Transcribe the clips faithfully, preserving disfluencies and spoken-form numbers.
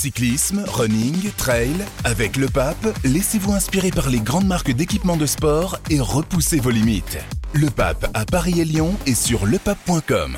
Cyclisme, running, trail, avec Le Pape, laissez-vous inspirer par les grandes marques d'équipements de sport et repoussez vos limites. Le Pape à Paris et Lyon et sur le pape point com.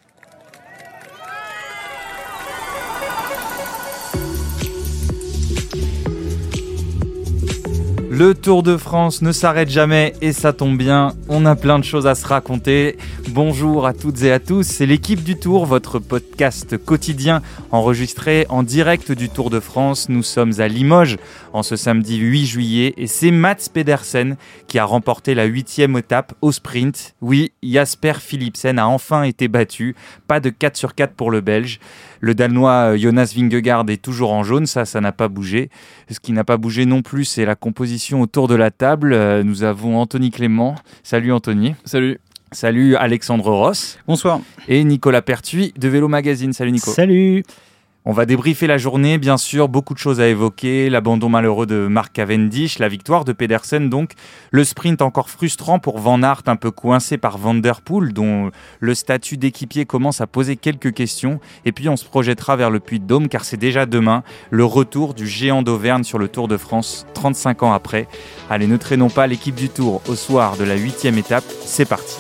Le Tour de France ne s'arrête jamais et ça tombe bien, on a plein de choses à se raconter. Bonjour à toutes et à tous, c'est l'équipe du Tour, votre podcast quotidien enregistré en direct du Tour de France. Nous sommes à Limoges en ce samedi huit juillet et c'est Mads Pedersen qui a remporté la huitième étape au sprint. Oui, Jasper Philipsen a enfin été battu, pas de quatre sur quatre pour le Belge. Le Danois Jonas Vingegaard est toujours en jaune, ça, ça n'a pas bougé. Ce qui n'a pas bougé non plus, c'est la composition autour de la table. Euh, nous avons Anthony Clément. Salut Anthony. Salut. Salut Alexandre Ross. Bonsoir. Et Nicolas Pertuis de Vélo Magazine. Salut Nico. Salut. On va débriefer la journée, bien sûr, beaucoup de choses à évoquer, l'abandon malheureux de Mark Cavendish, la victoire de Pedersen donc, le sprint encore frustrant pour Van Aert, un peu coincé par Van Der Poel, dont le statut d'équipier commence à poser quelques questions, et puis on se projettera vers le Puy-de-Dôme, car c'est déjà demain le retour du géant d'Auvergne sur le Tour de France, trente-cinq ans après. Allez, ne traînons pas l'équipe du Tour au soir de la huitième étape, c'est parti.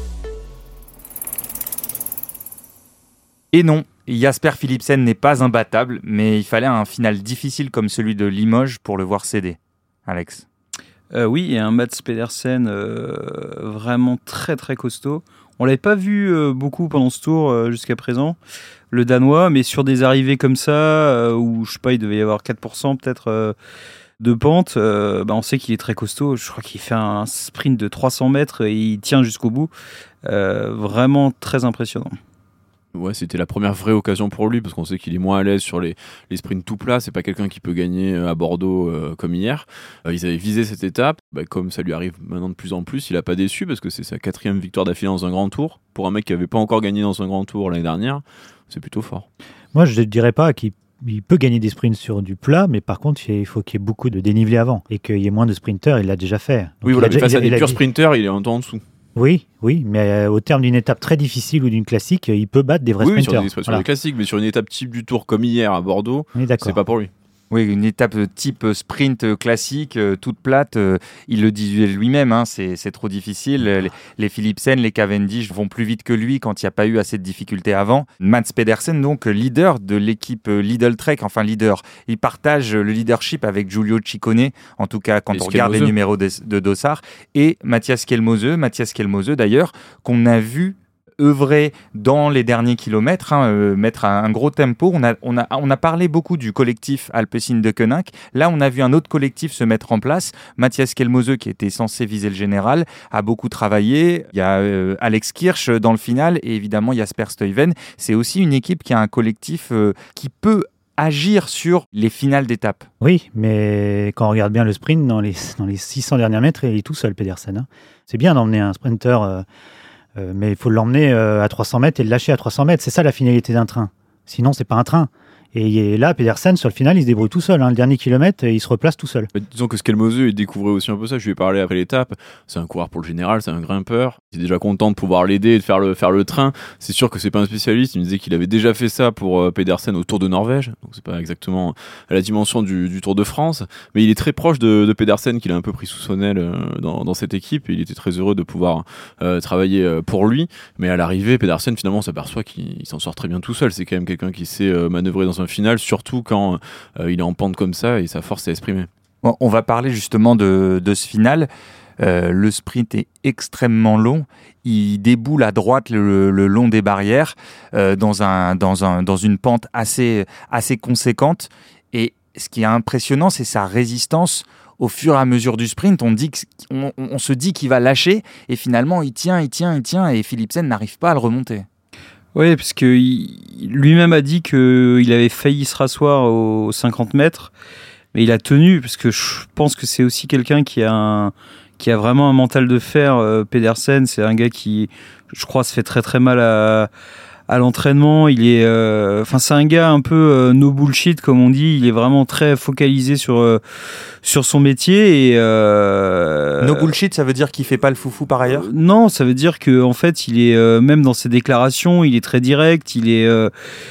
Et non, Jasper Philipsen n'est pas imbattable, mais il fallait un final difficile comme celui de Limoges pour le voir céder. Alex. Euh, oui, et un Mads Pedersen euh, vraiment très très costaud. On ne l'avait pas vu euh, beaucoup pendant ce tour euh, jusqu'à présent, le Danois, mais sur des arrivées comme ça, euh, où je sais pas, il devait y avoir quatre pour cent peut-être euh, de pente, euh, bah, on sait qu'il est très costaud. Je crois qu'il fait un sprint de trois cents mètres et il tient jusqu'au bout. Euh, vraiment très impressionnant. Ouais, c'était la première vraie occasion pour lui parce qu'on sait qu'il est moins à l'aise sur les, les sprints tout plats. C'est pas quelqu'un qui peut gagner à Bordeaux euh, comme hier. Euh, ils avaient visé cette étape, bah, comme ça lui arrive maintenant de plus en plus. Il a pas déçu parce que c'est sa quatrième victoire d'affilée dans un grand tour. Pour un mec qui avait pas encore gagné dans un grand tour l'année dernière, c'est plutôt fort. Moi, je ne dirais pas qu'il il peut gagner des sprints sur du plat, mais par contre, il faut qu'il y ait beaucoup de dénivelé avant et qu'il y ait moins de sprinteurs. Il l'a déjà fait. Donc, oui, voilà, mais déjà, face à des purs dit... sprinteurs, il est un temps en dessous. Oui, oui, mais au terme d'une étape très difficile ou d'une classique, il peut battre des vrais oui, sprinters. Oui, sur des, voilà. des classiques, mais sur une étape type du Tour comme hier à Bordeaux, c'est pas pour lui. Oui, une étape type sprint classique, toute plate, euh, il le disait lui-même, hein, c'est, c'est trop difficile. Les, les Philipsen, les Cavendish vont plus vite que lui quand il n'y a pas eu assez de difficultés avant. Mads Pedersen, donc leader de l'équipe Lidl Trek, enfin leader, il partage le leadership avec Giulio Ciccone, en tout cas quand et on regarde les numéros de, de Dossard, et Matthias Kelmose, Matthias Kelmose d'ailleurs, qu'on a vu œuvrer dans les derniers kilomètres, hein, euh, mettre un, un gros tempo. On a, on, a, on a parlé beaucoup du collectif Alpecin-Deceuninck. Là, on a vu un autre collectif se mettre en place. Matthias Kelmose, qui était censé viser le général, a beaucoup travaillé. Il y a euh, Alex Kirch dans le final et évidemment Jasper Stuyven. C'est aussi une équipe qui a un collectif euh, qui peut agir sur les finales d'étape. Oui, mais quand on regarde bien le sprint, dans les, dans les six cents derniers mètres, il est tout seul, Pedersen. Hein. C'est bien d'emmener un sprinter... Euh, Euh, mais il faut l'emmener euh, à trois cents mètres et le lâcher à trois cents mètres. C'est ça la finalité d'un train. Sinon, c'est pas un train. Et là, Pedersen, sur le final, il se débrouille tout seul. Hein. Le dernier kilomètre, il se replace tout seul. Mais disons que Skelmose, il découvrait aussi un peu ça. Je lui ai parlé après l'étape. C'est un coureur pour le général, c'est un grimpeur. Il est déjà content de pouvoir l'aider et de faire le, faire le train. C'est sûr que c'est pas un spécialiste. Il me disait qu'il avait déjà fait ça pour euh, Pedersen au Tour de Norvège. Donc c'est pas exactement à la dimension du, du Tour de France. Mais il est très proche de, de Pedersen, qu'il a un peu pris sous son aile euh, dans, dans cette équipe. Et il était très heureux de pouvoir euh, travailler euh, pour lui. Mais à l'arrivée, Pedersen, finalement, on s'aperçoit qu'il il s'en sort très bien tout seul. C'est quand même quelqu'un qui sait euh, manœuvrer dans un final, surtout quand euh, il est en pente comme ça et sa force est à exprimer. Bon, on va parler justement de, de ce final. Euh, le sprint est extrêmement long. Il déboule à droite le, le long des barrières euh, dans, un, dans, un, dans une pente assez, assez conséquente. Et ce qui est impressionnant, c'est sa résistance. Au fur et à mesure du sprint, on, dit on, on se dit qu'il va lâcher et finalement il tient, il tient, il tient et Philipsen n'arrive pas à le remonter. Oui, parce que il, lui-même a dit qu'il avait failli se rasseoir aux cinquante mètres, mais il a tenu, parce que je pense que c'est aussi quelqu'un qui a, un, qui a vraiment un mental de fer. Euh, Pedersen, c'est un gars qui, je crois, se fait très très mal à, à l'entraînement. Il est, euh, enfin, c'est un gars un peu euh, no bullshit, comme on dit. Il est vraiment très focalisé sur, euh, sur son métier. Et, euh, no bullshit, ça veut dire qu'il fait pas le foufou par ailleurs ? euh, Non, ça veut dire que en fait, il est euh, même dans ses déclarations, il est très direct. Il est, euh,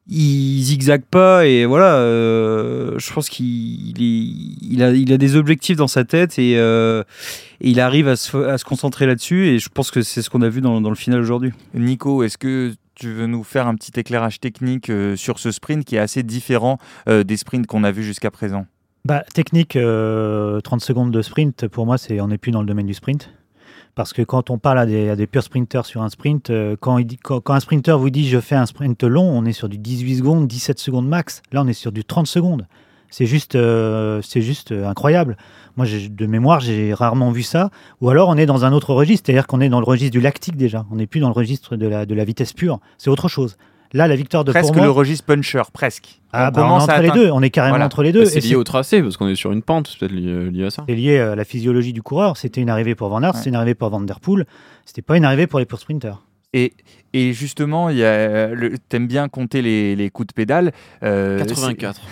il zigzague pas et voilà. Euh, je pense qu'il il est, il a, il a des objectifs dans sa tête et, euh, et il arrive à se, à se concentrer là-dessus. Et je pense que c'est ce qu'on a vu dans, dans le final aujourd'hui. Nico, est-ce que tu veux nous faire un petit éclairage technique euh, sur ce sprint qui est assez différent euh, des sprints qu'on a vus jusqu'à présent? Bah, technique, euh, trente secondes de sprint, pour moi, c'est, on n'est plus dans le domaine du sprint. Parce que quand on parle à des, à des purs sprinters sur un sprint, euh, quand, il dit, quand, quand un sprinter vous dit je fais un sprint long, on est sur du dix-huit secondes, dix-sept secondes max. Là, on est sur du trente secondes. C'est juste, euh, c'est juste euh, incroyable. Moi, j'ai, de mémoire, j'ai rarement vu ça. Ou alors, on est dans un autre registre, c'est-à-dire qu'on est dans le registre du lactique déjà. On n'est plus dans le registre de la, de la vitesse pure. C'est autre chose. Là, la victoire de presque Pourmois, le registre puncher, presque. Ah, on bah, commence on est à entre les atteindre... deux. On est carrément Voilà. entre les deux. Bah, c'est Et lié c'est, au tracé parce qu'on est sur une pente, c'est peut-être lié, lié à ça. c'est lié à la physiologie du coureur. C'était une arrivée pour Van Aert, Ouais. c'était une arrivée pour Van Der Poel. C'était pas une arrivée pour les purs sprinters. Et, et justement, il y a le, t'aimes bien compter les, les coups de pédale. euh, quatre-vingt-quatre.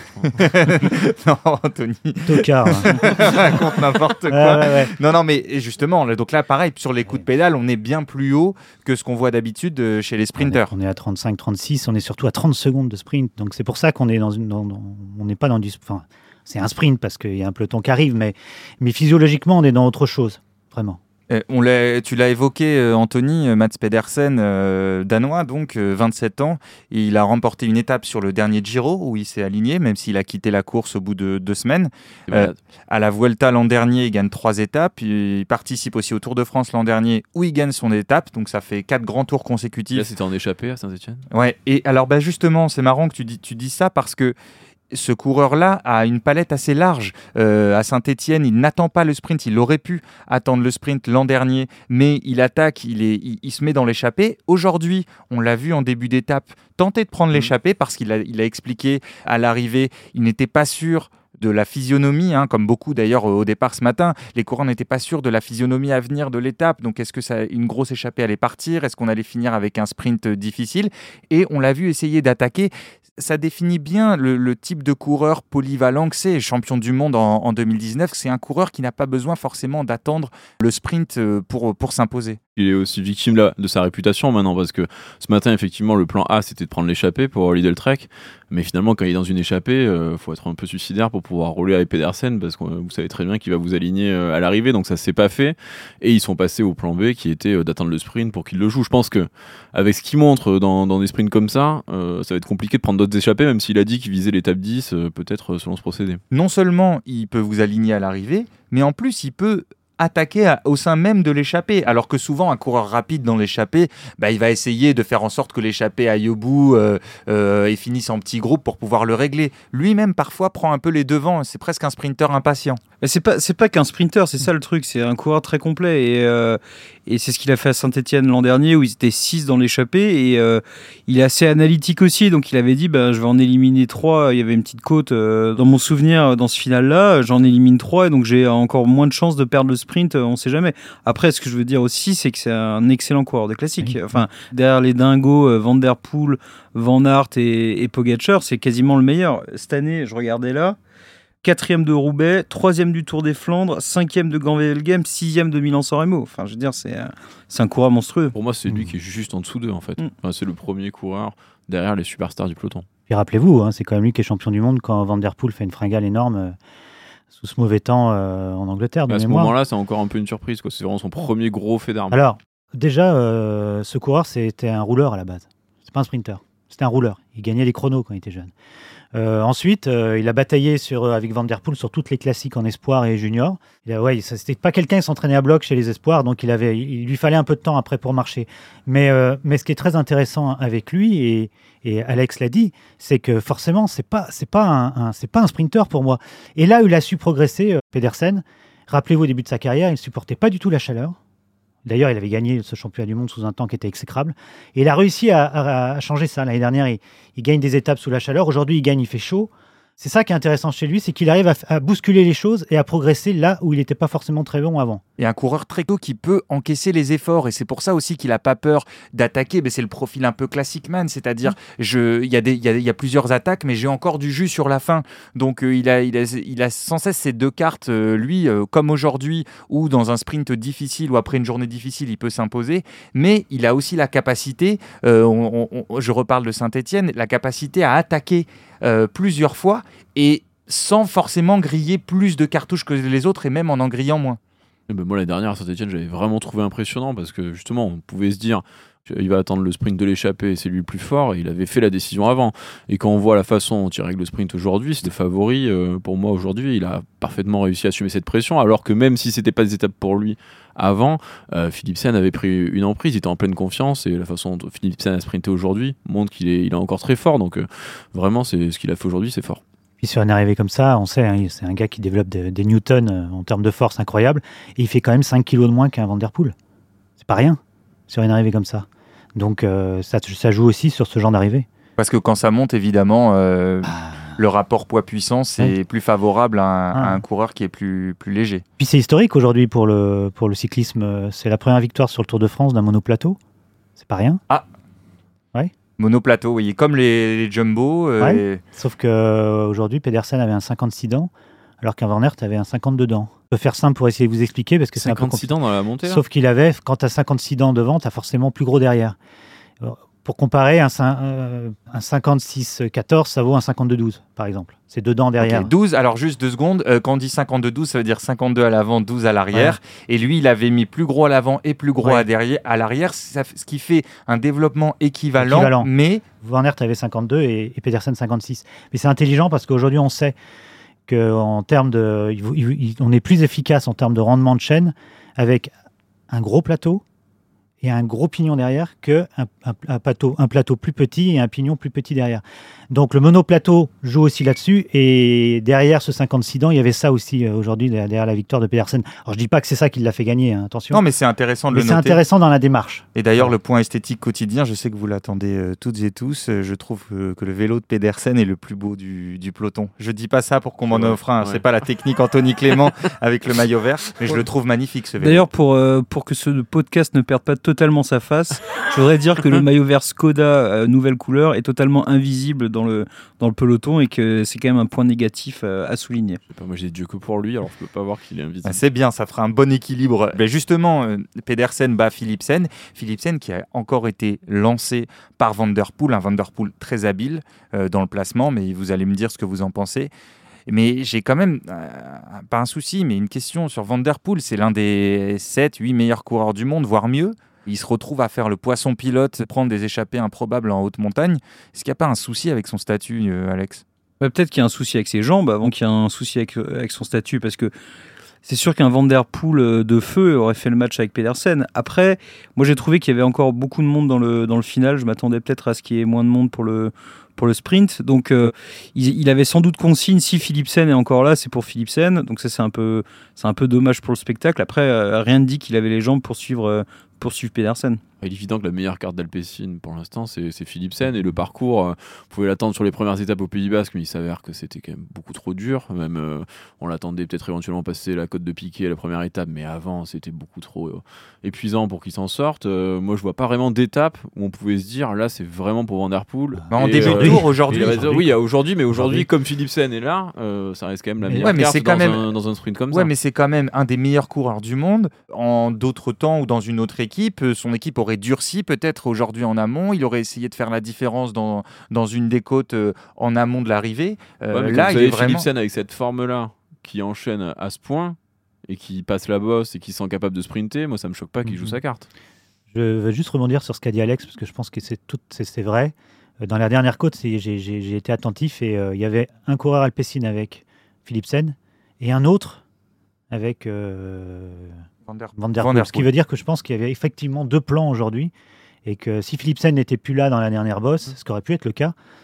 c'est- non, Anthony, Tocard. hein. compte n'importe Ouais, quoi. ouais, ouais. Non, non, mais justement, là, donc là, pareil, sur les coups de pédale, on est bien plus haut que ce qu'on voit d'habitude euh, chez les sprinters. On est à trente-cinq trente-six, on est surtout à trente secondes de sprint. Donc c'est pour ça qu'on est dans une. dans- dans- on n'est pas dans du. Enfin, c'est un sprint parce qu'il y a un peloton qui arrive, mais, mais physiologiquement, on est dans autre chose. Vraiment. Euh, on l'a, tu l'as évoqué, euh, Anthony, euh, Mats Pedersen, euh, danois, donc euh, vingt-sept ans. Il a remporté une étape sur le dernier Giro où il s'est aligné, même s'il a quitté la course au bout de deux semaines. C'est Euh, malade. À la Vuelta l'an dernier, il gagne trois étapes. Il participe aussi au Tour de France l'an dernier où il gagne son étape. Donc ça fait quatre grands tours Là, consécutifs. c'était en échappée à Saint-Etienne. Ouais. Et alors bah justement, c'est marrant que tu dis, tu dis ça parce que ce coureur-là a une palette assez large. Euh, à Saint-Étienne, il n'attend pas le sprint. Il aurait pu attendre le sprint l'an dernier, mais il attaque, il, est, il, il se met dans l'échappée. Aujourd'hui, on l'a vu en début d'étape, tenter de prendre l'échappée parce qu'il a, il a expliqué à l'arrivée, il n'était pas sûr de la physionomie, hein, comme beaucoup d'ailleurs au départ ce matin. Les coureurs n'étaient pas sûrs de la physionomie à venir de l'étape. Donc est-ce que ça, une grosse échappée allait partir? Est-ce qu'on allait finir avec un sprint difficile? Et on l'a vu essayer d'attaquer. Ça définit bien le, le type de coureur polyvalent que c'est. Champion du monde en, en deux mille dix-neuf, c'est un coureur qui n'a pas besoin forcément d'attendre le sprint pour, pour s'imposer. Il est aussi victime là, de sa réputation maintenant parce que ce matin, effectivement, le plan A, c'était de prendre l'échappée pour Lidl Trek. Mais finalement, quand il est dans une échappée, il euh, faut être un peu suicidaire pour pouvoir rouler avec Pedersen parce que euh, vous savez très bien qu'il va vous aligner euh, à l'arrivée. Donc ça s'est pas fait. Et ils sont passés au plan B qui était euh, d'attendre le sprint pour qu'il le joue. Je pense que avec ce qu'il montre dans, dans des sprints comme ça, euh, ça va être compliqué de prendre d'autres échappées, même s'il a dit qu'il visait l'étape dix, euh, peut-être euh, selon ce procédé. Non seulement il peut vous aligner à l'arrivée, mais en plus il peut attaquer à, au sein même de l'échappée, alors que souvent un coureur rapide dans l'échappée, bah, il va essayer de faire en sorte que l'échappée aille au bout euh, euh, et finisse en petits groupes pour pouvoir le régler. Lui-même parfois prend un peu les devants, c'est presque un sprinter impatient. Mais c'est pas c'est pas qu'un sprinter, c'est ça le truc, c'est un coureur très complet et euh, et c'est ce qu'il a fait à Saint-Étienne l'an dernier où ils étaient six dans l'échappée et euh, il est assez analytique aussi, donc il avait dit bah je vais en éliminer trois. Il y avait une petite côte euh, dans mon souvenir dans ce final là, j'en élimine trois et donc j'ai encore moins de chances de perdre le sprint, on sait jamais. Après ce que je veux dire aussi c'est que c'est un excellent coureur de classique. Oui. Enfin derrière les dingos euh, Van Der Poel, Van Aert et, et Pogacar, c'est quasiment le meilleur. Cette année, je regardais là. Quatrième de Roubaix, troisième du Tour des Flandres, cinquième de Gand-Wevelgem, sixième de Milan-San Remo. Enfin, je veux dire, c'est un, c'est un coureur monstrueux. Pour moi, c'est lui Mm. qui est juste en dessous d'eux, en fait. Mm. Enfin, c'est le premier coureur derrière les superstars du peloton. Et rappelez-vous, hein, c'est quand même lui qui est champion du monde quand Van Der Poel fait une fringale énorme euh, sous ce mauvais temps euh, en Angleterre. De Mais à ce mémoire. moment-là, c'est encore un peu une surprise, quoi. C'est vraiment son premier gros fait d'armes. Alors, déjà, euh, ce coureur, c'était un rouleur à la base. C'est pas un sprinter. C'était un rouleur. Il gagnait les chronos quand il était jeune. Euh, ensuite, euh, il a bataillé sur, euh, avec Van Der Poel sur toutes les classiques en espoir et junior. Il a, ouais, ça, c'était pas quelqu'un qui s'entraînait à bloc chez les espoirs, donc il, avait, il lui fallait un peu de temps après pour marcher. Mais, euh, mais ce qui est très intéressant avec lui, et, et Alex l'a dit, c'est que forcément, c'est pas, c'est pas un, un, c'est pas un sprinter pour moi. Et là où il a su progresser, euh, Pedersen, rappelez-vous au début de sa carrière, il ne supportait pas du tout la chaleur. D'ailleurs, il avait gagné ce championnat du monde sous un temps qui était exécrable. Et il a réussi à, à, à changer ça. L'année dernière, il, il gagne des étapes sous la chaleur. Aujourd'hui, il gagne, il fait chaud. C'est ça qui est intéressant chez lui, c'est qu'il arrive à, à bousculer les choses et à progresser là où il n'était pas forcément très bon avant. Et un coureur très tôt qui peut encaisser les efforts. Et c'est pour ça aussi qu'il n'a pas peur d'attaquer. Mais c'est le profil un peu classique man, c'est-à-dire je, il y a des, il y a, il y a plusieurs attaques, mais j'ai encore du jus sur la fin. Donc euh, il a, il a, il a sans cesse ces deux cartes. Euh, lui, euh, comme aujourd'hui, ou dans un sprint difficile ou après une journée difficile, il peut s'imposer. Mais il a aussi la capacité. Euh, on, on, je reparle de Saint-Étienne, la capacité à attaquer euh, plusieurs fois et sans forcément griller plus de cartouches que les autres et même en en grillant moins. Et ben moi, la dernière à Saint-Étienne, j'avais vraiment trouvé impressionnant parce que justement, on pouvait se dire il va attendre le sprint de l'échappée, c'est lui le plus fort, et il avait fait la décision avant. Et quand on voit la façon dont il règle le sprint aujourd'hui, c'était favori. Euh, pour moi, aujourd'hui, il a parfaitement réussi à assumer cette pression, alors que même si c'était pas des étapes pour lui avant, euh, Philipsen avait pris une emprise, il était en pleine confiance, et la façon dont Philipsen a sprinté aujourd'hui montre qu'il est, il est encore très fort. Donc euh, vraiment, c'est, ce qu'il a fait aujourd'hui, c'est fort. Puis sur une arrivée comme ça, on sait, hein, c'est un gars qui développe de, des newtons euh, en termes de force incroyables, et il fait quand même cinq kilos de moins qu'un Van Der Poel. C'est pas rien sur une arrivée comme ça. Donc euh, ça, ça joue aussi sur ce genre d'arrivée. Parce que quand ça monte, évidemment, euh, Ah. le rapport poids-puissance est Oui. plus favorable à un, Ah. à un coureur qui est plus, plus léger. Puis c'est historique aujourd'hui pour le, pour le cyclisme. C'est la première victoire sur le Tour de France d'un monoplateau. C'est pas rien. Monoplateau, oui, comme les, les jumbo. euh, Ouais. et- Sauf qu'aujourd'hui, Pedersen avait un cinquante-six dents, alors qu'un Van Aert avait un cinquante-deux dents. Je peux faire simple pour essayer de vous expliquer, parce que c'est un peu cinquante-six compliqué. dents dans la montée. Là. Sauf qu'il avait, quand tu as cinquante-six dents devant, tu as forcément plus gros derrière. Alors, pour comparer, un, cin- euh, un cinquante-six quatorze, ça vaut un cinquante-deux douze, par exemple. C'est deux dents derrière. Ok, douze, alors juste deux secondes, euh, quand on dit cinquante-deux douze, ça veut dire cinquante-deux à l'avant, douze à l'arrière. Et lui, il avait mis plus gros à l'avant et plus gros Ouais. à, derrière, à l'arrière, ça f- ce qui fait un développement équivalent, Équivalent. mais Van Aert avait cinquante-deux et, et Pedersen cinquante-six. Mais c'est intelligent parce qu'aujourd'hui, on sait qu'en termes de, il- il- on est plus efficace en termes de rendement de chaîne avec un gros plateau et un gros pignon derrière que un, un- un plateau, un plateau plus petit et un pignon plus petit derrière. Donc le monoplateau joue aussi là-dessus, et derrière ce cinquante-six dents, il y avait ça aussi euh, aujourd'hui derrière la victoire de Pedersen. Alors je dis pas que c'est ça qui l'a fait gagner, hein, attention. non, mais c'est intéressant de mais le c'est noter. intéressant dans la démarche. Et d'ailleurs, le point esthétique quotidien, je sais que vous l'attendez euh, toutes et tous. euh, je trouve euh, que le vélo de Pedersen est le plus beau du, du peloton. Je dis pas ça pour qu'on m'en Ouais, offre un. ouais. C'est pas la technique Anthony Clément avec le maillot vert, mais je le trouve magnifique ce vélo. D'ailleurs, pour, euh, pour que ce podcast ne perde pas totalement sa face, je voudrais dire que le maillot vert Skoda euh, nouvelle couleur est totalement invisible dans le, dans le peloton, et que c'est quand même un point négatif euh, à souligner. Je sais pas, moi j'ai Dieu que pour lui, alors je peux pas voir qu'il est invisible. Ah, c'est bien, ça fera un bon équilibre. Mais justement, euh, Pedersen bat Philipsen. Philipsen qui a encore été lancé par Van Der Poel, un Van Der Poel très habile euh, dans le placement, mais vous allez me dire ce que vous en pensez. Mais j'ai quand même, euh, pas un souci, mais une question sur Van Der Poel. C'est l'un des sept huit meilleurs coureurs du monde, voire mieux. Il se retrouve à faire le poisson pilote, prendre des échappées improbables en haute montagne. Est-ce qu'il n'y a pas un souci avec son statut, euh, Alex ? Ouais, peut-être qu'il y a un souci avec ses jambes avant qu'il y ait un souci avec, avec son statut, parce que c'est sûr qu'un Van Der Poel de feu aurait fait le match avec Pedersen. Après, moi j'ai trouvé qu'il y avait encore beaucoup de monde dans le, dans le final. Je m'attendais peut-être à ce qu'il y ait moins de monde pour le, pour le sprint. Donc euh, il, il avait sans doute consigne, si Philipsen est encore là, c'est pour Philipsen. Donc ça c'est un peu, c'est un peu dommage pour le spectacle. Après, euh, rien ne dit qu'il avait les jambes pour suivre, euh, pour suivre Pedersen. Il est évident que la meilleure carte d'Alpecin pour l'instant c'est, c'est Philipsen, et le parcours, euh, vous pouvez l'attendre sur les premières étapes au Pays Basque, mais il s'avère que c'était quand même beaucoup trop dur. Même euh, on l'attendait peut-être éventuellement passer la côte de Piquet à la première étape, mais avant c'était beaucoup trop euh, épuisant pour qu'il s'en sorte. Euh, moi je vois pas vraiment d'étape où on pouvait se dire là c'est vraiment pour Van Der Poel. Bah, en Et, début de euh, tour aujourd'hui. et, euh, aujourd'hui, oui, il y a aujourd'hui, mais aujourd'hui Aujourd'hui. comme Philipsen est là, euh, ça reste quand même la Mais- meilleure ouais, mais carte c'est quand dans, même- un, dans un sprint comme Ouais, ça. mais c'est quand même un des meilleurs coureurs du monde. En d'autres temps ou dans une autre équipe, euh, son équipe aurait durci peut-être aujourd'hui en amont. Il aurait essayé de faire la différence dans, dans une des côtes euh, en amont de l'arrivée. Euh, Ouais, mais là, comme il vous est savez, vraiment... Philipsen avec cette forme-là, qui enchaîne à ce point et qui passe la bosse et qui sont capables de sprinter, moi ça me choque pas qu'il Mhm. joue sa carte. Je veux juste rebondir sur ce qu'a dit Alex, parce que je pense que c'est, tout, c'est, c'est vrai. Euh, Dans la dernière côte, c'est- j'ai, j'ai- j'ai été attentif, et euh, il y avait un coureur Alpecin avec Philipsen et un autre avec euh, Van Der- Van Der Van Poel. Der Ce qui Poel. veut dire que je pense qu'il y avait effectivement deux plans aujourd'hui, et que si Philipsen n'était plus là dans la dernière bosse, ce qui aurait pu être le cas, je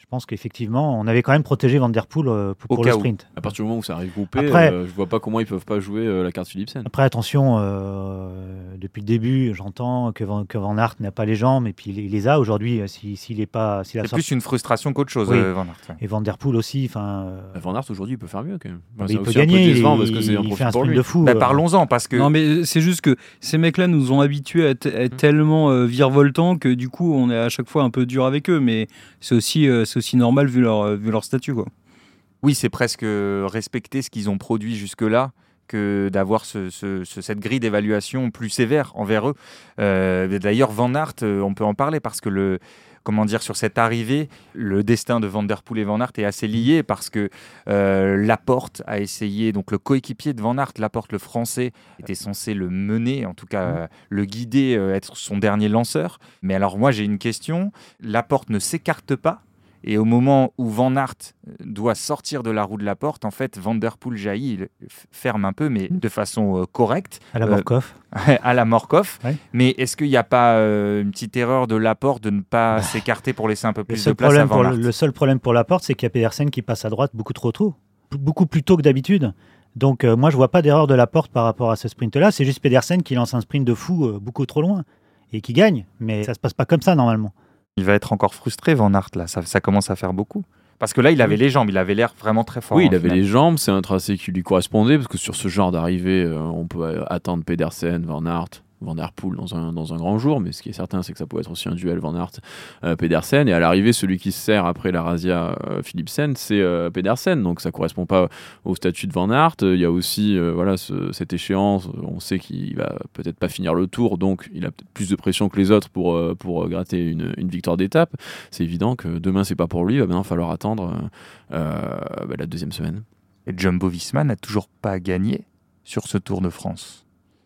pense qu'effectivement, on avait quand même protégé Van Der Poel euh, pour, pour le sprint. À partir du moment où ça arrive groupé, Après, euh, je vois pas comment ils peuvent pas jouer euh, la carte Philipsen. Après, attention, euh, depuis le début, j'entends que Van, que Van Aert n'a pas les jambes, et puis il, il les a aujourd'hui. S'il si, si est pas, s'il a c'est sorti... plus une frustration qu'autre chose, oui. euh, Van Aert. Ouais. Et Van Der Poel aussi. Enfin, euh... Van Aert aujourd'hui, il peut faire mieux quand même. Enfin, il peut gagner. Il, parce que c'est un il fait un sprint de fou. Bah, euh... Parlons-en parce que. Non, mais c'est juste que ces mecs-là nous ont habitués à, t- à être tellement euh, virevoltants que du coup, on est à chaque fois un peu dur avec eux. Mais c'est aussi, euh, c'est aussi normal vu leur, vu leur statut, quoi. Oui, c'est presque respecter ce qu'ils ont produit jusque-là que d'avoir ce, ce, ce, cette grille d'évaluation plus sévère envers eux. Euh, d'ailleurs, Van Aert, on peut en parler parce que le, comment dire, sur cette arrivée, le destin de Van Der Poel et Van Aert est assez lié parce que euh, Laporte a essayé, donc le coéquipier de Van Aert, Laporte le français, était censé le mener, en tout cas euh, le guider, euh, être son dernier lanceur. Mais alors moi j'ai une question, Laporte ne s'écarte pas. Et au moment où Van Aert doit sortir de la roue de Laporte, en fait, Van Der Poel jaillit, il ferme un peu, mais de façon euh, correcte. À la Morkov. Euh, à la Morkov. Ouais. Mais est-ce qu'il n'y a pas euh, une petite erreur de Laporte de ne pas s'écarter pour laisser un peu plus de place à Van Aert ? Le seul problème pour Laporte, c'est qu'il y a Pedersen qui passe à droite beaucoup trop tôt, beaucoup plus tôt que d'habitude. Donc euh, moi, je ne vois pas d'erreur de Laporte par rapport à ce sprint-là. C'est juste Pedersen qui lance un sprint de fou euh, beaucoup trop loin et qui gagne. Mais ça ne se passe pas comme ça, normalement. Il va être encore frustré, Van Aert, là. Ça, ça commence à faire beaucoup. Parce que là, il avait oui. les jambes, il avait l'air vraiment très fort. Oui, il avait final. les jambes, c'est un tracé qui lui correspondait, parce que sur ce genre d'arrivée, euh, on peut attendre Pedersen, Van Aert, Van Der Poel dans un, dans un grand jour, mais ce qui est certain, c'est que ça peut être aussi un duel Van Aert-Pedersen, euh, et à l'arrivée, celui qui se sert après la Razia euh, Philipsen, c'est euh, Pedersen, donc ça ne correspond pas au statut de Van Aert. Il y a aussi euh, voilà, ce, cette échéance, on sait qu'il va peut-être pas finir le tour, donc il a peut-être plus de pression que les autres pour, euh, pour gratter une, une victoire d'étape. C'est évident que demain, c'est pas pour lui, il va maintenant falloir attendre euh, bah, la deuxième semaine. Et Jumbo-Visma n'a toujours pas gagné sur ce Tour de France.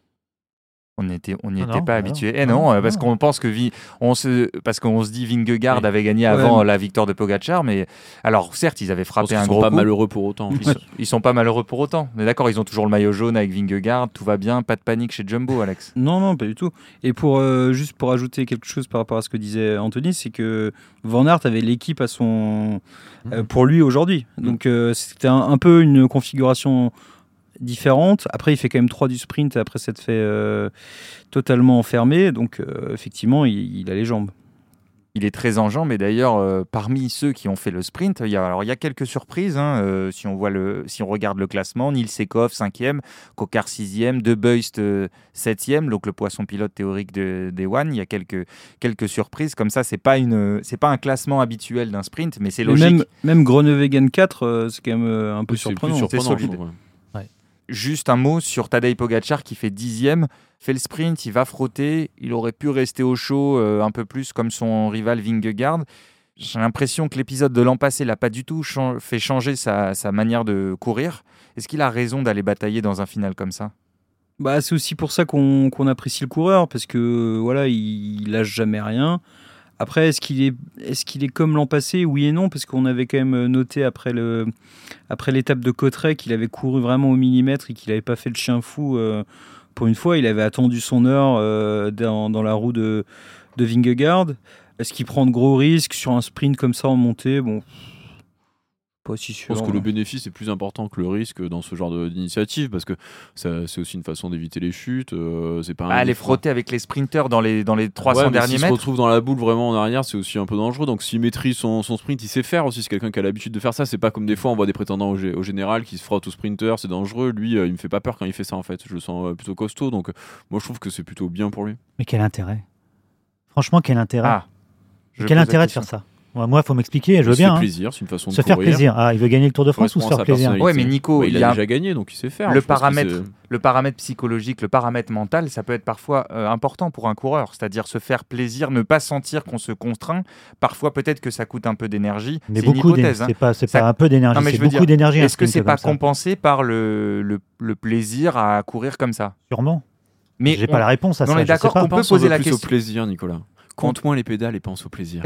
On n'y était, on n'y était pas habitué. Eh non, non, parce qu'on pense que Vi, on se, parce qu'on se dit Vingegaard oui. avait gagné avant ouais, mais... la victoire de Pogacar, mais alors certes ils avaient frappé un gros coup. Ils sont pas malheureux pour autant. Ils, sont, ils sont pas malheureux pour autant. On est d'accord, ils ont toujours le maillot jaune avec Vingegaard, tout va bien, pas de panique chez Jumbo, Alex. Non, non, pas du tout. Et pour euh, juste pour ajouter quelque chose par rapport à ce que disait Anthony, c'est que Van Aert avait l'équipe à son, euh, pour lui aujourd'hui. Donc euh, c'était un, un peu une configuration différente. Après, il fait quand même trois du sprint après s'être fait euh, totalement enfermé. Donc, euh, effectivement, il, il a les jambes. Il est très en jambes. Et d'ailleurs, euh, parmi ceux qui ont fait le sprint, il y a, alors, il y a quelques surprises. Hein, euh, si, on voit le, si on regarde le classement, Nils Sekov, cinquième, Kokar, sixième, De Beust, euh, septième, donc le poisson pilote théorique de, des One. Il y a quelques, quelques surprises. Comme ça, ce n'est pas, pas un classement habituel d'un sprint, mais c'est logique. Même, même Groenewegen quatre, euh, c'est quand même euh, un peu c'est surprenant. surprenant. C'est solide. Juste un mot sur Tadej Pogacar qui fait dixième, fait le sprint, il va frotter, il aurait pu rester au chaud euh, un peu plus comme son rival Vingegaard. J'ai l'impression que l'épisode de l'an passé l'a pas du tout ch- fait changer sa, sa manière de courir. Est-ce qu'il a raison d'aller batailler dans un final comme ça ? Bah, c'est aussi pour ça qu'on, qu'on apprécie le coureur, parce que voilà, il, il lâche jamais rien. Après, est-ce qu'il est, est-ce qu'il est comme l'an passé ? Oui et non, parce qu'on avait quand même noté après, le, après l'étape de Cauterets qu'il avait couru vraiment au millimètre et qu'il n'avait pas fait le chien fou. Euh, pour une fois, il avait attendu son heure euh, dans, dans la roue de, de Vingegaard. Est-ce qu'il prend de gros risques sur un sprint comme ça en montée ? Bon, pas si sûr. Je pense que le bénéfice est plus important que le risque dans ce genre de, d'initiative, parce que ça, c'est aussi une façon d'éviter les chutes. Euh, c'est pas un ah, les frotter avec les sprinteurs dans les, dans les trois cents ouais, derniers mètres. S'il se retrouve dans la boule vraiment en arrière, c'est aussi un peu dangereux. Donc s'il maîtrise son, son sprint, il sait faire aussi. C'est quelqu'un qui a l'habitude de faire ça. C'est pas comme des fois on voit des prétendants au, g- au général qui se frottent au sprinter, c'est dangereux. Lui, euh, il me fait pas peur quand il fait ça en fait. Je le sens euh, plutôt costaud. Donc euh, moi je trouve que c'est plutôt bien pour lui. Mais quel intérêt ? Franchement, quel intérêt ? Ah, quel intérêt de faire ça ? Moi, il faut m'expliquer, je veux se bien. Se faire plaisir, hein. C'est une façon de se courir. faire plaisir. Ah, il veut gagner le Tour de France ou se faire plaisir ? Ouais, mais Nico, ouais, il, il a a déjà gagné, donc il sait faire. Le paramètre, le paramètre psychologique, le paramètre mental, ça peut être parfois euh, important pour un coureur. C'est-à-dire se faire plaisir, ne pas sentir qu'on se contraint. Parfois, peut-être que ça coûte un peu d'énergie. Mais c'est beaucoup une hypothèse. Hein. Hein. C'est pas, c'est ça... pas un peu d'énergie, non, mais c'est je veux beaucoup dire, d'énergie. Est-ce que c'est pas ça. compensé par le, le, le plaisir à courir comme ça ? Sûrement. Mais j'ai on... pas la réponse à non, ça. On est d'accord qu'on peut poser la question. Au plaisir, Nicolas. Compte moins les pédales et pense au plaisir.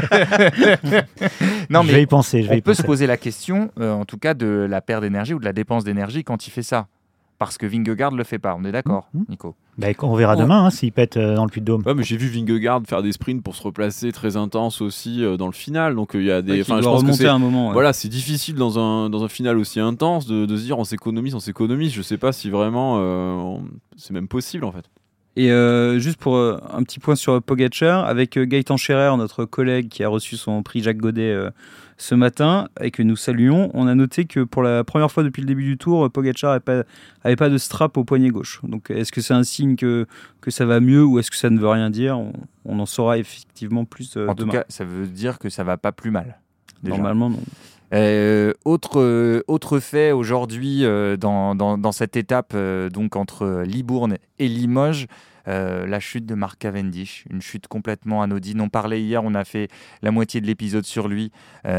non, mais je vais y penser. Je vais on y peut penser. se poser la question, euh, en tout cas, de la perte d'énergie ou de la dépense d'énergie quand il fait ça. parce que Vingegaard le fait pas. On est d'accord, Mmh. Nico? Bah, on verra demain hein, s'il pète euh, dans le Puy-de-Dôme. Ouais, mais j'ai vu Vingegaard faire des sprints pour se replacer très intense aussi euh, dans le final. Donc il y a des. Ouais, Enfin, il je doit pense que remonter c'est. à un moment. ouais. Voilà, c'est difficile dans un dans un final aussi intense de, de se dire on s'économise, on s'économise. Je sais pas si vraiment euh, on- c'est même possible en fait. Et euh, juste pour euh, un petit point sur Pogacar, avec euh, Gaëtan Scherer, notre collègue qui a reçu son prix Jacques Godet euh, ce matin et que nous saluons, on a noté que pour la première fois depuis le début du tour, Pogacar n'avait pas, avait pas de strap au poignet gauche. Donc est-ce que c'est un signe que, que ça va mieux ou est-ce que ça ne veut rien dire? on, on en saura effectivement plus euh, En demain. tout cas, ça veut dire que ça va pas plus mal. déjà. Normalement, non. Euh, autre, euh, autre fait aujourd'hui euh, dans, dans, dans cette étape euh, donc entre Libourne et Limoges, euh, la chute de Mark Cavendish, une chute complètement anodine. On parlait hier, on a fait la moitié de l'épisode sur lui,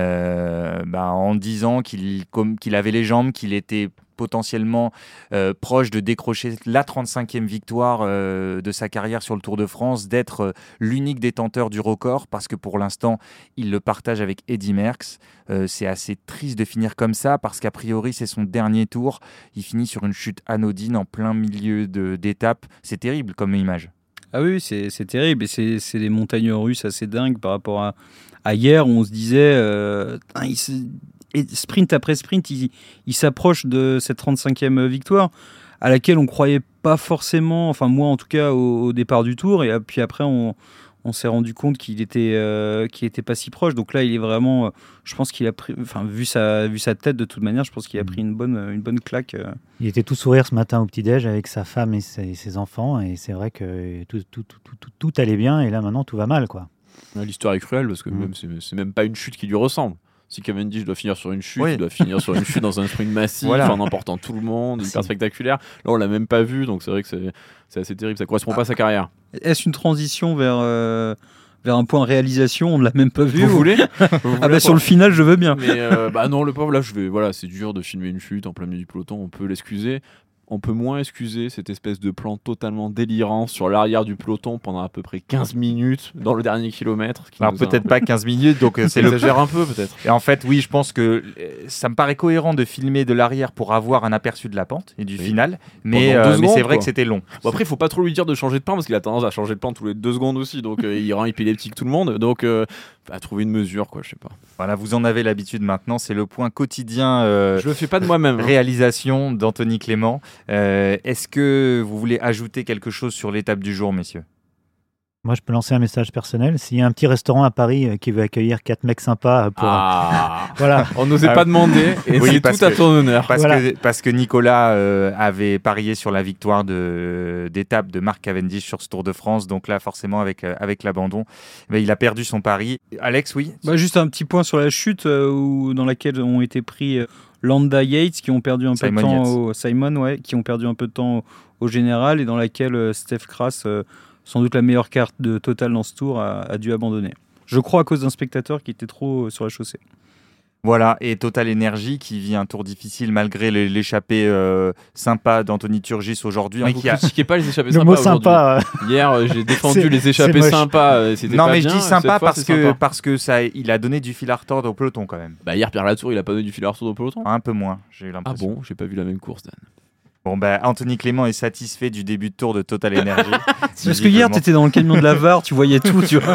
euh, bah, en disant qu'il, comme, qu'il avait les jambes, qu'il était potentiellement euh, proche de décrocher la trente-cinquième victoire euh, de sa carrière sur le Tour de France, d'être euh, l'unique détenteur du record, parce que pour l'instant, il le partage avec Eddy Merckx. Euh, c'est assez triste de finir comme ça, parce qu'a priori, c'est son dernier tour. Il finit sur une chute anodine en plein milieu de, d'étape. C'est terrible comme image. Ah oui, c'est, c'est terrible. Et c'est, c'est des montagnes russes assez dingues par rapport à, à hier où on se disait, euh, il se, et sprint après sprint, il, il s'approche de cette trente-cinquième victoire à laquelle on croyait pas forcément, enfin moi en tout cas au, au départ du tour. Et puis après, on, on s'est rendu compte qu'il était, euh, qu'il était pas si proche. Donc là, il est vraiment, euh, je pense qu'il a pris, enfin vu sa, vu sa tête de toute manière, je pense qu'il a pris une bonne, une bonne claque. Euh. Il était tout sourire ce matin au petit-déj avec sa femme et ses, ses enfants. Et c'est vrai que tout, tout, tout, tout, tout, tout allait bien. Et là, maintenant, tout va mal, quoi. Ouais, l'histoire est cruelle parce que Mm. même, c'est, c'est même pas une chute qui lui ressemble. Si Cavendish doit finir sur une chute, Oui. il doit finir sur une chute dans un sprint massif, Voilà. en emportant tout le monde, hyper Si. spectaculaire. Là, on l'a même pas vu, donc c'est vrai que c'est, c'est assez terrible. Ça correspond Ah. pas à sa carrière. Est-ce une transition vers, euh, vers un point réalisation? On ne l'a même pas vu. Vous ou- voulez Ah bah sur le final, je veux bien. Mais euh, bah non, le pauvre, là, je vais. Voilà, c'est dur de filmer une chute en plein milieu du peloton. On peut l'excuser. On peut moins excuser cette espèce de plan totalement délirant sur l'arrière du peloton pendant à peu près quinze minutes dans le dernier kilomètre. qui Alors nous a- peut-être pas quinze minutes, donc euh, c'est C'est le exagère un peu peut-être. Et en fait, oui, je pense que euh, ça me paraît cohérent de filmer de l'arrière pour avoir un aperçu de la pente et du Oui. final, mais, Pendant euh, deux mais secondes, c'est vrai quoi. que c'était long. Bon, après, il faut pas trop lui dire de changer de plan parce qu'il a tendance à changer de plan tous les deux secondes aussi. Donc euh, il rend épileptique tout le monde. Donc euh, à trouver une mesure, quoi, je sais pas. Voilà, vous en avez l'habitude maintenant, c'est le point quotidien euh, Je le fais pas de moi-même. hein. réalisation d'Anthony Clément. Euh, est-ce que vous voulez ajouter quelque chose sur l'étape du jour, messieurs? Moi, je peux lancer un message personnel. S'il y a un petit restaurant à Paris euh, qui veut accueillir quatre mecs sympas euh, pour... Ah, Voilà. on n'osait Ah, pas demander et oui, c'est parce tout à que- ton honneur. Parce, Voilà. que, parce que Nicolas euh, avait parié sur la victoire de, d'étape de Mark Cavendish sur ce Tour de France. Donc là, forcément, avec, euh, avec l'abandon, ben, il a perdu son pari. Alex, oui? Bah, juste un petit point sur la chute euh, où, dans laquelle ont été pris euh, Landa Yates qui ont perdu un Simon peu de temps Yates. au Simon ouais, qui ont perdu un peu de temps au, au général et dans laquelle euh, Steph Kras, euh, sans doute la meilleure carte de Total dans ce tour, a, a dû abandonner. Je crois à cause d'un spectateur qui était trop euh, sur la chaussée. Voilà, et Total Energy qui vit un tour difficile malgré les- l'échappée euh, sympa d'Anthony Turgis aujourd'hui. hein, Vous qui a- critiquez pas les échappées Le sympas mot aujourd'hui. sympa. euh, Hier, euh, j'ai défendu C'est- les échappées c'est moche. sympas. euh, C'était Non, pas mais bien. je dis Cette sympa fois, parce c'est que, sympa. parce que ça, il a donné du fil à retordre au peloton quand même. Bah, hier, Pierre Latour, il a pas donné du fil à retour au peloton. Un peu moins, j'ai eu Ah l'impression. bon, j'ai pas vu la même course, Dan. Bon, ben, Anthony Clément est satisfait du début de tour de Total Energy. Parce que hier, tu étais dans le camion de la V A R, tu voyais tout, tu vois.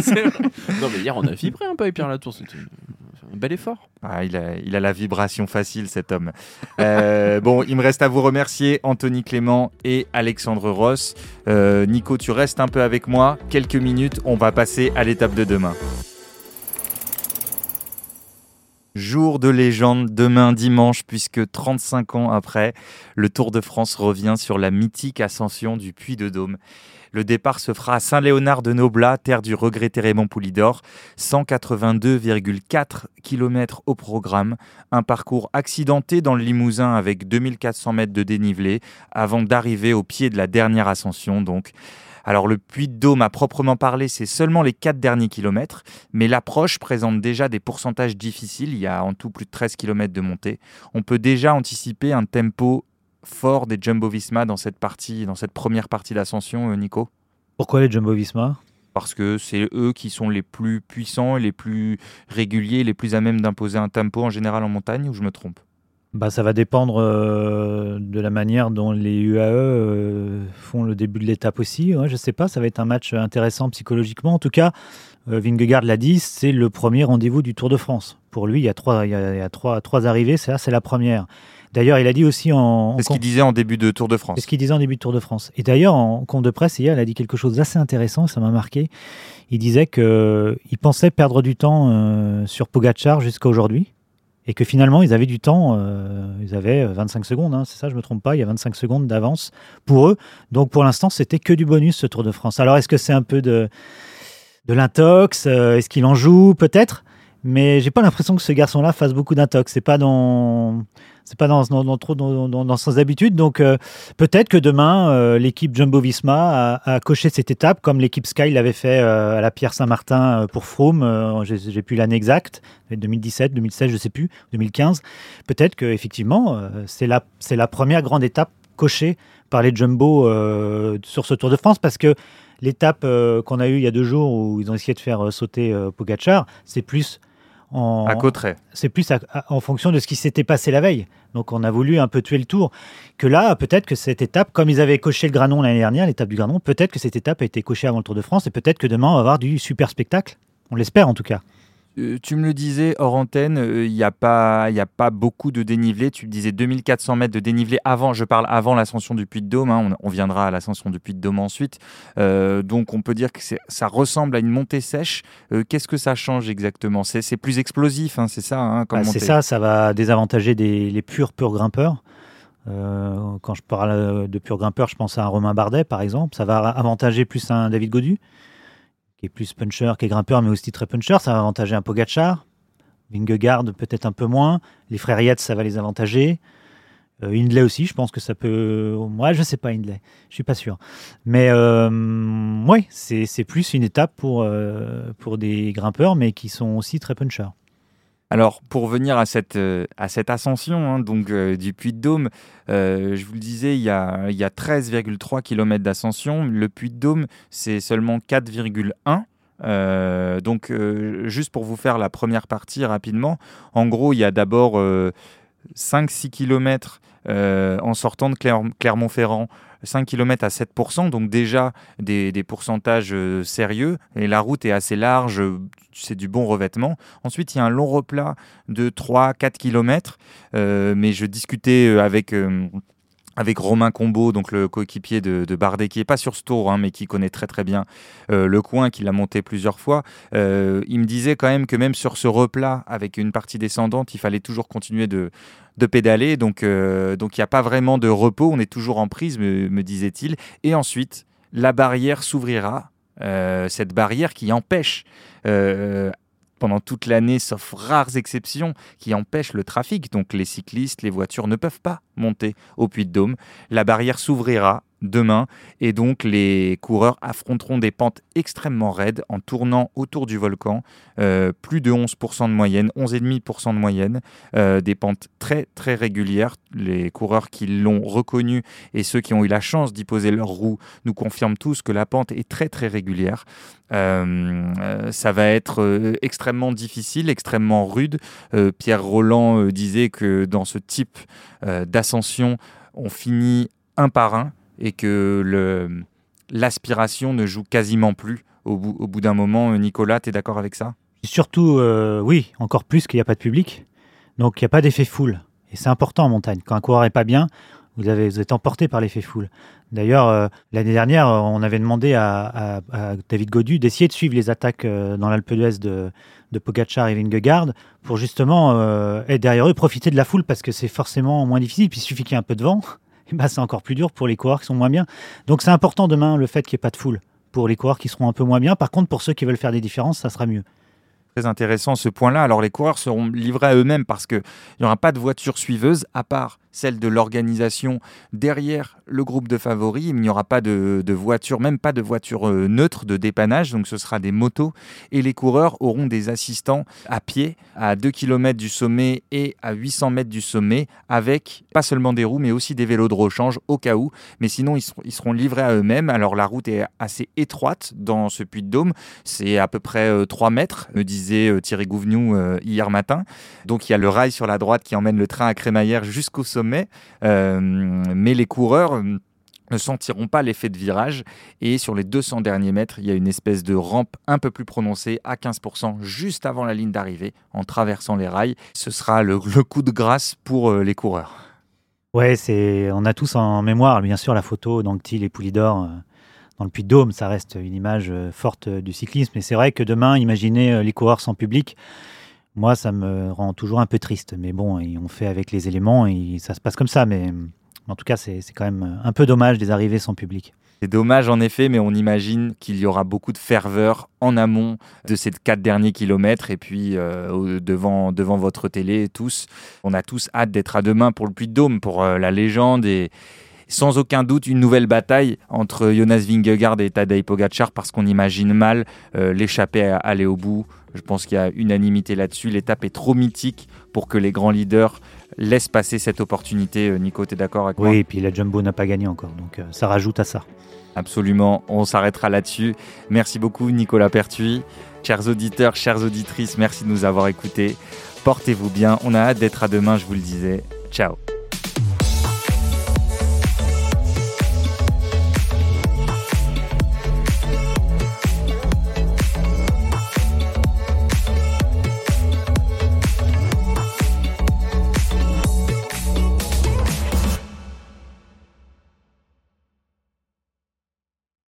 Non, mais hier, on a vibré un peu avec Pierre Latour. C'était un bel effort. Ah, il, a, il a la vibration facile, cet homme. Euh, bon, il me reste à vous remercier, Anthony Clément et Alexandre Ross. Euh, Nico, tu restes un peu avec moi. Quelques minutes, on va passer à l'étape de demain. Jour de légende, demain dimanche, puisque trente-cinq ans après, le Tour de France revient sur la mythique ascension du Puy-de-Dôme. Le départ se fera à Saint-Léonard-de-Noblat, terre du regretté Raymond Poulidor. cent quatre-vingt-deux virgule quatre kilomètres au programme. Un parcours accidenté dans le Limousin avec deux mille quatre cents mètres de dénivelé avant d'arriver au pied de la dernière ascension. Donc. Alors le Puy-de-Dôme à proprement parler, c'est seulement les quatre derniers kilomètres, mais l'approche présente déjà des pourcentages difficiles. Il y a en tout plus de treize kilomètres de montée. On peut déjà anticiper un tempo fort des Jumbo-Visma dans cette partie, dans cette première partie d'ascension, euh, Nico ? Pourquoi les Jumbo-Visma? Parce que c'est eux qui sont les plus puissants, les plus réguliers, les plus à même d'imposer un tempo en général en montagne, ou je me trompe ? Bah, ça va dépendre euh, de la manière dont les U A E euh, font le début de l'étape aussi. Ouais, je ne sais pas, ça va être un match intéressant psychologiquement. En tout cas, euh, Vingegaard l'a dit, c'est le premier rendez-vous du Tour de France. Pour lui, il y a trois, il y a, il y a trois, trois arrivées, ça, c'est la première. D'ailleurs, il a dit aussi en... C'est ce qu'il disait en début de Tour de France. C'est ce qu'il disait en début de Tour de France. Et d'ailleurs, en compte de presse, hier, il a dit quelque chose d'assez intéressant, ça m'a marqué. Il disait qu'il pensait perdre du temps euh, sur Pogačar jusqu'à aujourd'hui. Et que finalement, ils avaient du temps, euh, ils avaient vingt-cinq secondes, hein, c'est ça, je ne me trompe pas, il y a vingt-cinq secondes d'avance pour eux. Donc pour l'instant, c'était que du bonus ce Tour de France. Alors est-ce que c'est un peu de, de l'intox euh, Est-ce qu'il en joue peut-être? Mais j'ai pas l'impression que ce garçon-là fasse beaucoup d'intox. C'est pas dans, c'est pas dans, dans, dans, trop dans, dans, dans ses habitudes. Donc euh, peut-être que demain, euh, l'équipe Jumbo-Visma a, a coché cette étape comme l'équipe Sky l'avait fait euh, à la Pierre-Saint-Martin euh, pour Froome. Euh, j'ai, j'ai plus l'année exacte, deux mille dix-sept, deux mille seize, je sais plus, deux mille quinze. Peut-être que effectivement, euh, c'est la, c'est la première grande étape cochée par les Jumbo euh, sur ce Tour de France, parce que l'étape euh, qu'on a eue il y a deux jours où ils ont essayé de faire euh, sauter euh, Pogačar, c'est plus En, à Cauterets. C'est plus à, à, en fonction de ce qui s'était passé la veille. Donc on a voulu un peu tuer le tour. Que là, peut-être que cette étape, comme ils avaient coché le Granon l'année dernière, l'étape du Granon, peut-être que cette étape a été cochée avant le Tour de France et peut-être que demain on va avoir du super spectacle. On l'espère en tout cas. Euh, tu me le disais hors antenne, il euh, n'y a, a pas beaucoup de dénivelé. Tu me disais deux mille quatre cents mètres de dénivelé avant, je parle avant l'ascension du Puy-de-Dôme, hein, on, on viendra à l'ascension du Puy-de-Dôme ensuite. Euh, donc on peut dire que ça ressemble à une montée sèche. Euh, qu'est-ce que ça change exactement? c'est, c'est plus explosif, hein, c'est ça hein, comme bah, montée. C'est ça, ça va désavantager des, les purs purs grimpeurs. Euh, quand je parle de purs grimpeurs, je pense à un Romain Bardet par exemple. Ça va avantager plus un David Gaudu, qui est plus puncher, qui est grimpeur, mais aussi très puncher. Ça va avantager un Pogačar. Vingegaard, peut-être un peu moins. Les frères Yates, ça va les avantager. Euh, Hindley aussi, je pense que ça peut... Ouais, je ne sais pas, Hindley. Je ne suis pas sûr. Mais euh, oui, c'est, c'est plus une étape pour, euh, pour des grimpeurs, mais qui sont aussi très punchers. Alors, pour venir à cette, euh, à cette ascension hein, donc, euh, du Puy-de-Dôme, euh, je vous le disais, il y a, il y a treize virgule trois kilomètres d'ascension. Le Puy-de-Dôme, c'est seulement quatre virgule un. Euh, donc, euh, juste pour vous faire la première partie rapidement, en gros, il y a d'abord euh, cinq à six kilomètres euh, en sortant de Cler- Clermont-Ferrand, cinq kilomètres à sept pour cent, donc déjà des, des pourcentages euh, sérieux, et la route est assez large, c'est du bon revêtement. Ensuite, il y a un long replat de trois à quatre kilomètres, euh, mais je discutais avec... Euh, avec Romain Combeau, donc le coéquipier de, de Bardet, qui n'est pas sur ce tour, hein, mais qui connaît très très bien euh, le coin, qui l'a monté plusieurs fois. Euh, il me disait quand même que même sur ce replat, avec une partie descendante, il fallait toujours continuer de, de pédaler. Donc euh, donc il n'y a pas vraiment de repos, on est toujours en prise, me, me disait-il. Et ensuite, la barrière s'ouvrira, euh, cette barrière qui empêche... Euh, pendant toute l'année, sauf rares exceptions, qui empêchent le trafic. Donc les cyclistes, les voitures ne peuvent pas monter au Puy-de-Dôme. La barrière s'ouvrira demain et donc les coureurs affronteront des pentes extrêmement raides en tournant autour du volcan. Euh, plus de onze pour cent de moyenne, onze virgule cinq pour cent de moyenne, euh, des pentes très très régulières. Les coureurs qui l'ont reconnu et ceux qui ont eu la chance d'y poser leurs roues nous confirment tous que la pente est très très régulière. Euh, euh, ça va être euh, extrêmement difficile, extrêmement rude. Euh, Pierre Roland euh, disait que dans ce type euh, d'ascension, on finit un par un et que le, l'aspiration ne joue quasiment plus au bout, au bout d'un moment. Nicolas, tu es d'accord avec ça? Surtout, euh, oui, encore plus qu'il n'y a pas de public. Donc il n'y a pas d'effet foule. Et c'est important en montagne. Quand un coureur n'est pas bien, vous, avez, vous êtes emporté par l'effet foule. D'ailleurs, euh, l'année dernière, on avait demandé à, à, à David Gaudu d'essayer de suivre les attaques euh, dans l'Alpe d'Huez de, de Pogačar et Vingegaard pour justement euh, être derrière eux, profiter de la foule parce que c'est forcément moins difficile. Puis il suffit qu'il y ait un peu de vent, et ben, c'est encore plus dur pour les coureurs qui sont moins bien. Donc c'est important demain le fait qu'il n'y ait pas de foule pour les coureurs qui seront un peu moins bien. Par contre, pour ceux qui veulent faire des différences, ça sera mieux. Très intéressant ce point-là. Alors les coureurs seront livrés à eux-mêmes parce qu'il n'y aura pas de voiture suiveuse à part celle de l'organisation derrière le groupe de favoris. Il n'y aura pas de, de voiture, même pas de voiture euh, neutre de dépannage, donc ce sera des motos. Et les coureurs auront des assistants à pied à deux kilomètres du sommet et à huit cents mètres du sommet, avec pas seulement des roues, mais aussi des vélos de rechange au cas où. Mais sinon, ils seront, ils seront livrés à eux-mêmes. Alors la route est assez étroite dans ce Puy-de-Dôme. C'est à peu près euh, trois mètres, me disait euh, Thierry Gouvenou euh, hier matin. Donc il y a le rail sur la droite qui emmène le train à Crémaillère jusqu'au sommet. Euh, mais les coureurs euh, ne sentiront pas l'effet de virage. Et sur les deux cents derniers mètres, il y a une espèce de rampe un peu plus prononcée à quinze pour cent juste avant la ligne d'arrivée, en traversant les rails. Ce sera le, le coup de grâce pour euh, les coureurs. Ouais, c'est, on a tous en mémoire, bien sûr, la photo d'Anctil et Poulidor euh, dans le Puy-de-Dôme. Ça reste une image euh, forte euh, du cyclisme. Et c'est vrai que demain, imaginer euh, les coureurs sans public, moi, ça me rend toujours un peu triste. Mais bon, et on fait avec les éléments et ça se passe comme ça. Mais en tout cas, c'est, c'est quand même un peu dommage des arrivées sans public. C'est dommage en effet, mais on imagine qu'il y aura beaucoup de ferveur en amont de ces quatre derniers kilomètres. Et puis euh, devant, devant votre télé, tous, on a tous hâte d'être à demain pour le Puy-de-Dôme, pour euh, la légende et sans aucun doute une nouvelle bataille entre Jonas Vingegaard et Tadej Pogačar, parce qu'on imagine mal euh, l'échapper à aller au bout. Je pense qu'il y a unanimité là-dessus. L'étape est trop mythique pour que les grands leaders laissent passer cette opportunité. Nico, tu es d'accord avec moi ? Oui, et puis la Jumbo n'a pas gagné encore, donc euh, ça rajoute à ça. Absolument, on s'arrêtera là-dessus. Merci beaucoup Nicolas Pertuis. Chers auditeurs, chères auditrices, merci de nous avoir écoutés. Portez-vous bien, on a hâte d'être à demain, je vous le disais. Ciao.